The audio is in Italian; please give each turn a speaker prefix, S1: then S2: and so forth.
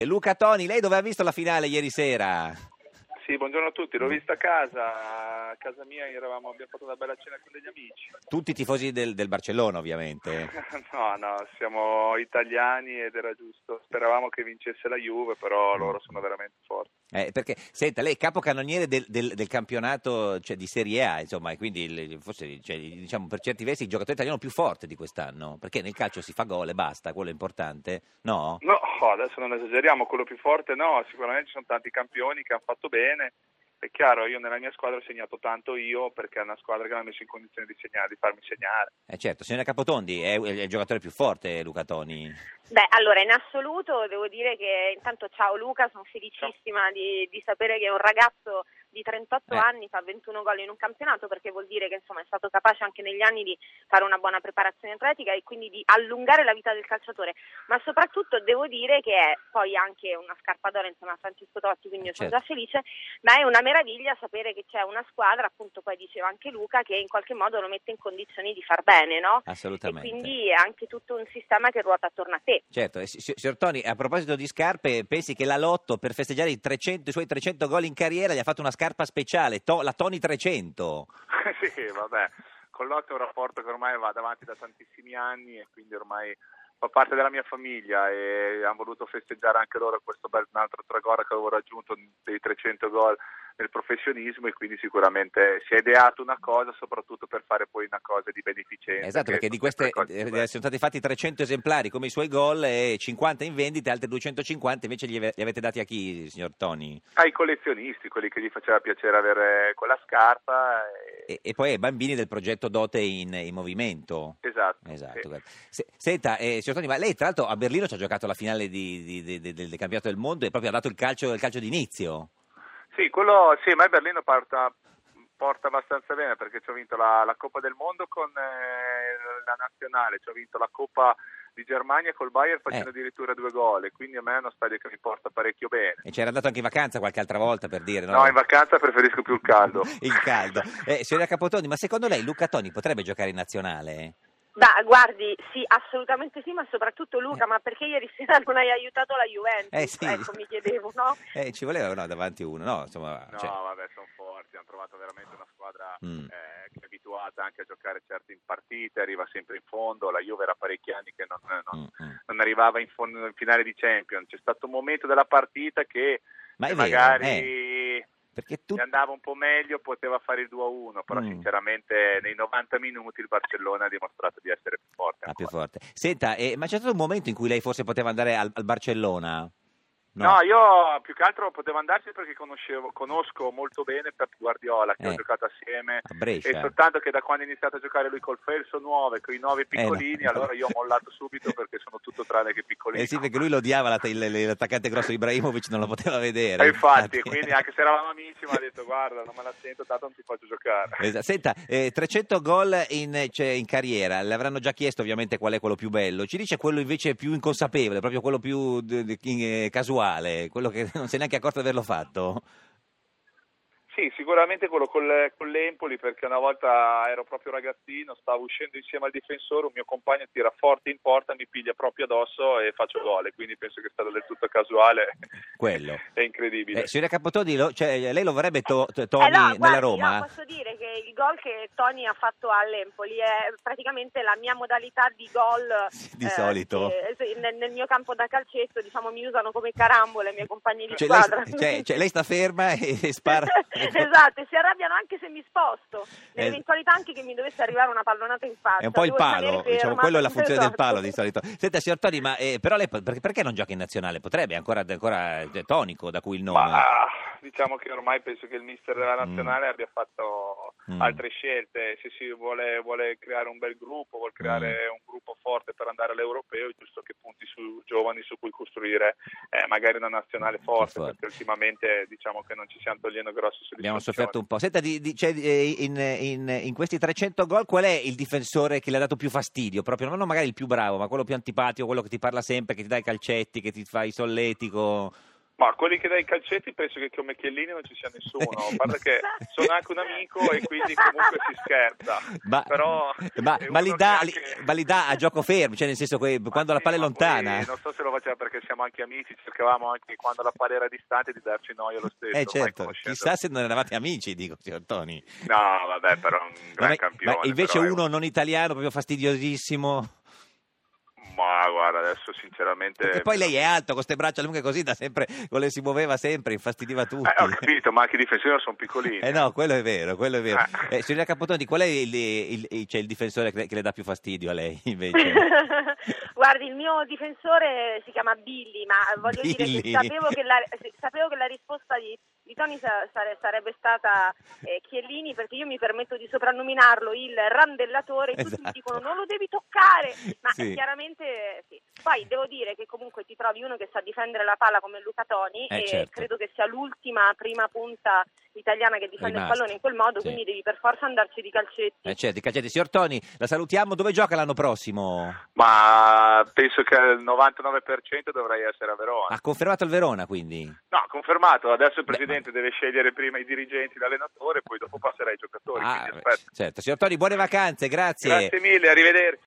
S1: Luca Toni, lei dove ha visto la finale ieri sera?
S2: Sì, buongiorno a tutti, l'ho vista a casa mia, abbiamo fatto una bella cena con degli amici.
S1: Tutti tifosi del Barcellona, ovviamente.
S2: No, siamo italiani ed era giusto. Speravamo che vincesse la Juve, però loro sono veramente forti.
S1: Perché, senta, lei è capocannoniere del campionato, cioè, di Serie A, insomma, e quindi forse, cioè, diciamo, per certi versi il giocatore italiano più forte di quest'anno, perché nel calcio si fa gol e basta, quello è importante, no?
S2: No, adesso non esageriamo, quello più forte no, sicuramente ci sono tanti campioni che hanno fatto bene. È chiaro, io nella mia squadra ho segnato tanto io, perché è una squadra che mi ha messo in condizione di segnare, di farmi segnare.
S1: Certo, signora Capotondi, è il giocatore più forte, Luca Toni?
S3: Beh, allora in assoluto devo dire che intanto ciao Luca, sono felicissima di sapere che un ragazzo di 38 anni fa 21 gol in un campionato, perché vuol dire che insomma è stato capace anche negli anni di fare una buona preparazione atletica e quindi di allungare la vita del calciatore, ma soprattutto devo dire che è poi anche una scarpa d'oro insieme a Francesco Totti, quindi io sono già felice, ma è una meraviglia sapere che c'è una squadra, appunto poi diceva anche Luca, che in qualche modo lo mette in condizioni di far bene, no?
S1: Assolutamente.
S3: E quindi è anche tutto un sistema che ruota attorno a te.
S1: Certo, signor Toni, a proposito di scarpe, pensi che la Lotto per festeggiare i suoi 300 gol in carriera gli ha fatto una scarpa speciale, la Toni 300?
S2: Sì, vabbè, con Lotto è un rapporto che ormai va avanti da tantissimi anni e quindi ormai fa parte della mia famiglia e hanno voluto festeggiare anche loro questo bel altro traguardo che avevo raggiunto dei 300 gol nel professionismo, e quindi sicuramente si è ideato una cosa soprattutto per fare poi una cosa di beneficenza.
S1: Esatto, perché di queste sono stati fatti 300 esemplari come i suoi gol e 50 in vendita, altri 250 invece li avete dati a chi, signor Toni?
S2: Ai collezionisti, quelli che gli faceva piacere avere quella scarpa.
S1: E poi ai bambini del progetto Dote in movimento.
S2: Esatto.
S1: Sì. Senta, signor Toni, ma lei tra l'altro a Berlino ci ha giocato la finale del campionato del mondo e proprio ha dato il calcio d'inizio.
S2: Sì, quello sì, ma Berlino porta abbastanza bene, perché ci ho vinto la Coppa del Mondo con la nazionale, ci ho vinto la Coppa di Germania col Bayern facendo addirittura 2 gol, e quindi a me è uno stadio che mi porta parecchio bene.
S1: E c'era andato anche in vacanza qualche altra volta, per dire, no?
S2: No, in vacanza preferisco più il caldo.
S1: Il caldo. Signora Capotondi, ma secondo lei Luca Toni potrebbe giocare in nazionale?
S3: Guardi, sì, assolutamente sì, ma soprattutto Luca, ma perché ieri sera non hai aiutato la Juventus?
S1: Sì.
S3: Ecco, mi chiedevo, no?
S1: Ci voleva davanti uno, no? Insomma,
S2: no, vabbè, sono forti, hanno trovato veramente una squadra che è abituata anche a giocare certo in partite, arriva sempre in fondo. La Juve era parecchi anni che non arrivava in finale di Champions. C'è stato un momento della partita che magari mi andava un po' meglio, poteva fare il 2-1, però sinceramente nei 90 minuti il Barcellona ha dimostrato di essere più forte.
S1: Più forte. Senta, ma c'è stato un momento in cui lei forse poteva andare al Barcellona?
S2: No, io più che altro potevo andarci perché conosco molto bene Pep Guardiola, che ho giocato assieme
S1: a Brescia.
S2: E soltanto che da quando ha iniziato a giocare lui col Felso 9, con i 9 piccolini, allora io ho mollato subito perché sono tutto tranne che piccolino.
S1: Sì, perché lui lo odiava, l'attaccante grosso Ibrahimovic non lo poteva vedere.
S2: Infatti, e quindi anche se eravamo amici mi ha detto guarda, non me la sento, tanto non ti faccio giocare.
S1: Senta, 300 gol in carriera, le avranno già chiesto ovviamente qual è quello più bello, ci dice quello invece più inconsapevole, proprio quello più casuale, quello che non si è neanche accorto di averlo fatto?
S2: Sì, sicuramente quello con l'Empoli, perché una volta ero proprio ragazzino, stavo uscendo insieme al difensore, un mio compagno tira forte in porta, mi piglia proprio addosso e faccio gol, e quindi penso che è stato del tutto casuale.
S1: Quello
S2: è incredibile.
S1: Signora Capotondi, lei lo vorrebbe Toni nella Roma?
S3: Io posso dire che il gol che Toni ha fatto all'Empoli è praticamente la mia modalità di gol
S1: di solito.
S3: Nel mio campo da calcetto, diciamo, mi usano come carambole i miei compagni di squadra.
S1: Lei sta ferma e spara.
S3: Esatto, e si arrabbiano anche se mi sposto, nell'eventualità anche che mi dovesse arrivare una pallonata in faccia.
S1: È un po' il palo, diciamo, quello è la funzione del palo di solito. Senta, signor Toni, ma però lei perché non gioca in nazionale? Potrebbe, ancora tonico, da cui il nome.
S2: Diciamo che ormai penso che il mister della nazionale abbia fatto altre scelte. Se si vuole creare un bel gruppo, vuole creare un gruppo forte per andare all'europeo, è giusto che punti su giovani su cui costruire magari una nazionale forte, perché ultimamente diciamo che non ci stiamo togliendo grosso sulle
S1: abbiamo sofferto un po'. Senta, in questi 300 gol qual è il difensore che le ha dato più fastidio? Proprio non magari il più bravo, ma quello più antipatico, quello che ti parla sempre, che ti dà i calcetti, che ti fa i solletico?
S2: Ma quelli che dai i calcetti penso che come Chiellini non ci sia nessuno, a parte che sono anche un amico e quindi comunque si scherza.
S1: Ma li dà a gioco fermo, cioè nel senso che quando la palla è lontana.
S2: Non so se lo faceva perché siamo anche amici, cercavamo anche quando la palla era distante di darci noia lo stesso.
S1: Certo, chissà se non eravate amici, dico, signor Toni.
S2: No, vabbè, però è un gran campione.
S1: Ma invece uno non italiano, proprio fastidiosissimo.
S2: Ma guarda, adesso sinceramente...
S1: Perché poi lei è alto, con queste braccia lunghe così, da sempre, si muoveva sempre, infastidiva tutti.
S2: Ho capito, ma anche i difensori sono piccolini.
S1: No, quello è vero. Signorina Capotoni, qual è il difensore che le dà più fastidio a lei, invece?
S3: Guardi, il mio difensore si chiama Billy, ma voglio dire che sapevo che la risposta di Toni sarebbe stata Chiellini, perché io mi permetto di soprannominarlo il randellatore, e tutti mi dicono non lo devi toccare, ma chiaramente sì. Poi devo dire che comunque ti trovi uno che sa difendere la palla come Luca Toni, e
S1: certo.
S3: credo che sia l'ultima prima punta italiana che difende il pallone in quel modo, quindi devi per forza andarci di calcetti.
S1: Certo, di calcetti. Signor Toni, la salutiamo, dove gioca l'anno prossimo?
S2: Ma penso che al 99% dovrei essere a Verona.
S1: Ha confermato il Verona, quindi?
S2: No, confermato, adesso il presidente deve scegliere prima i dirigenti, l'allenatore, poi dopo passerà ai giocatori.
S1: Certo. Signor Toni, buone vacanze, grazie.
S2: Grazie mille, arrivederci.